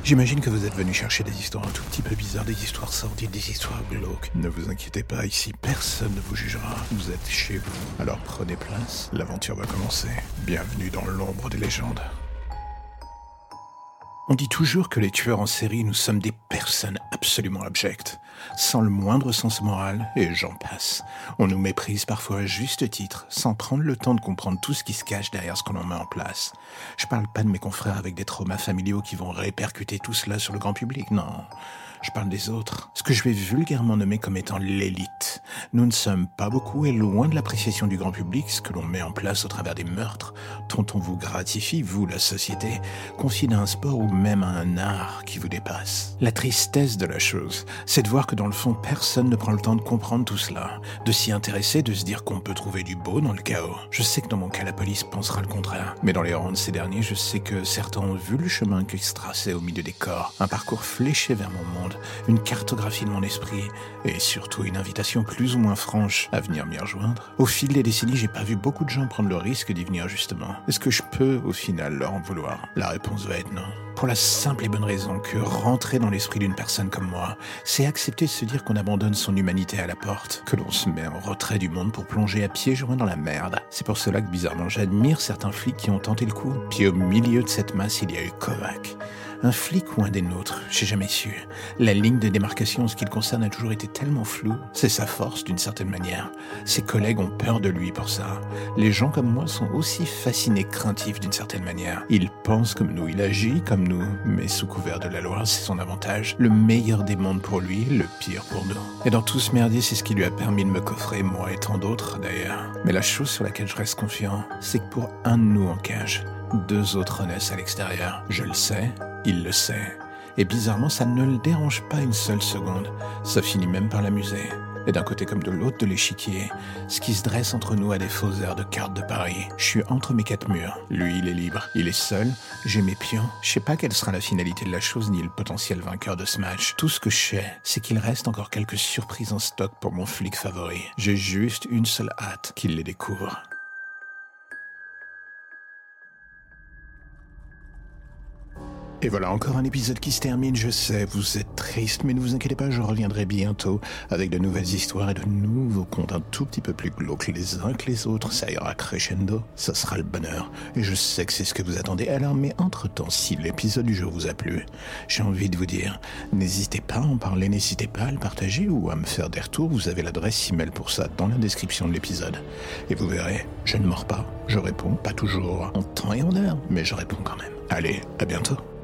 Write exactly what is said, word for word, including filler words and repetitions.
J'imagine que vous êtes venu chercher des histoires un tout petit peu bizarres, des histoires sordides, des histoires glauques. Ne vous inquiétez pas, ici personne ne vous jugera. Vous êtes chez vous, alors prenez place. L'aventure va commencer. Bienvenue dans l'ombre des légendes. On dit toujours que les tueurs en série, nous sommes des personnes absolument abjectes, sans le moindre sens moral, et j'en passe. On nous méprise parfois à juste titre, sans prendre le temps de comprendre tout ce qui se cache derrière ce que l'on met en place. Je parle pas de mes confrères avec des traumas familiaux qui vont répercuter tout cela sur le grand public, non. Je parle des autres, ce que je vais vulgairement nommer comme étant l'élite. Nous ne sommes pas beaucoup et loin de l'appréciation du grand public, ce que l'on met en place au travers des meurtres, dont on vous gratifie, vous, la société, confiée à un sport ou même à un art qui vous dépasse. La tristesse de la chose, c'est de voir que dans le fond, personne ne prend le temps de comprendre tout cela, de s'y intéresser, de se dire qu'on peut trouver du beau dans le chaos. Je sais que dans mon cas, la police pensera le contraire, mais dans les rangs de ces derniers, je sais que certains ont vu le chemin qui se traçait au milieu des corps, un parcours fléché vers mon monde, une cartographie de mon esprit, et surtout une invitation plus ou moins franche à venir m'y rejoindre. Au fil des décennies, j'ai pas vu beaucoup de gens prendre le risque d'y venir justement. Est-ce que je peux, au final, leur en vouloir? La réponse va être non. Pour la simple et bonne raison que rentrer dans l'esprit d'une personne comme moi, c'est accepter de se dire qu'on abandonne son humanité à la porte, que l'on se met en retrait du monde pour plonger à pieds joints dans la merde. C'est pour cela que bizarrement j'admire certains flics qui ont tenté le coup. Puis au milieu de cette masse, il y a eu Kovac. Un flic ou un des nôtres, j'ai jamais su. La ligne de démarcation en ce qui le concerne a toujours été tellement floue. C'est sa force d'une certaine manière. Ses collègues ont peur de lui pour ça. Les gens comme moi sont aussi fascinés, craintifs d'une certaine manière. Il pense comme nous, il agit comme nous, mais sous couvert de la loi, c'est son avantage. Le meilleur des mondes pour lui, le pire pour nous. Et dans tout ce merdier, c'est ce qui lui a permis de me coffrer, moi et tant d'autres d'ailleurs. Mais la chose sur laquelle je reste confiant, c'est que pour un de nous en cage, deux autres naissent à l'extérieur. Je le sais, il le sait. Et bizarrement, ça ne le dérange pas une seule seconde. Ça finit même par l'amuser. Et d'un côté comme de l'autre de l'échiquier, ce qui se dresse entre nous a des faux airs de cartes de Paris. Je suis entre mes quatre murs. Lui, il est libre. Il est seul. J'ai mes pions. Je sais pas quelle sera la finalité de la chose ni le potentiel vainqueur de ce match. Tout ce que je sais, c'est qu'il reste encore quelques surprises en stock pour mon flic favori. J'ai juste une seule hâte qu'il les découvre. Et voilà encore un épisode qui se termine, je sais, vous êtes triste, mais ne vous inquiétez pas, je reviendrai bientôt avec de nouvelles histoires et de nouveaux contes un tout petit peu plus glauques les uns que les autres, ça ira crescendo, ça sera le bonheur, et je sais que c'est ce que vous attendez. Alors, mais entre-temps, si l'épisode du jour vous a plu, j'ai envie de vous dire, n'hésitez pas à en parler, n'hésitez pas à le partager ou à me faire des retours, vous avez l'adresse email pour ça dans la description de l'épisode. Et vous verrez, je ne mords pas, je réponds, pas toujours en temps et en heure, mais je réponds quand même. Allez, à bientôt.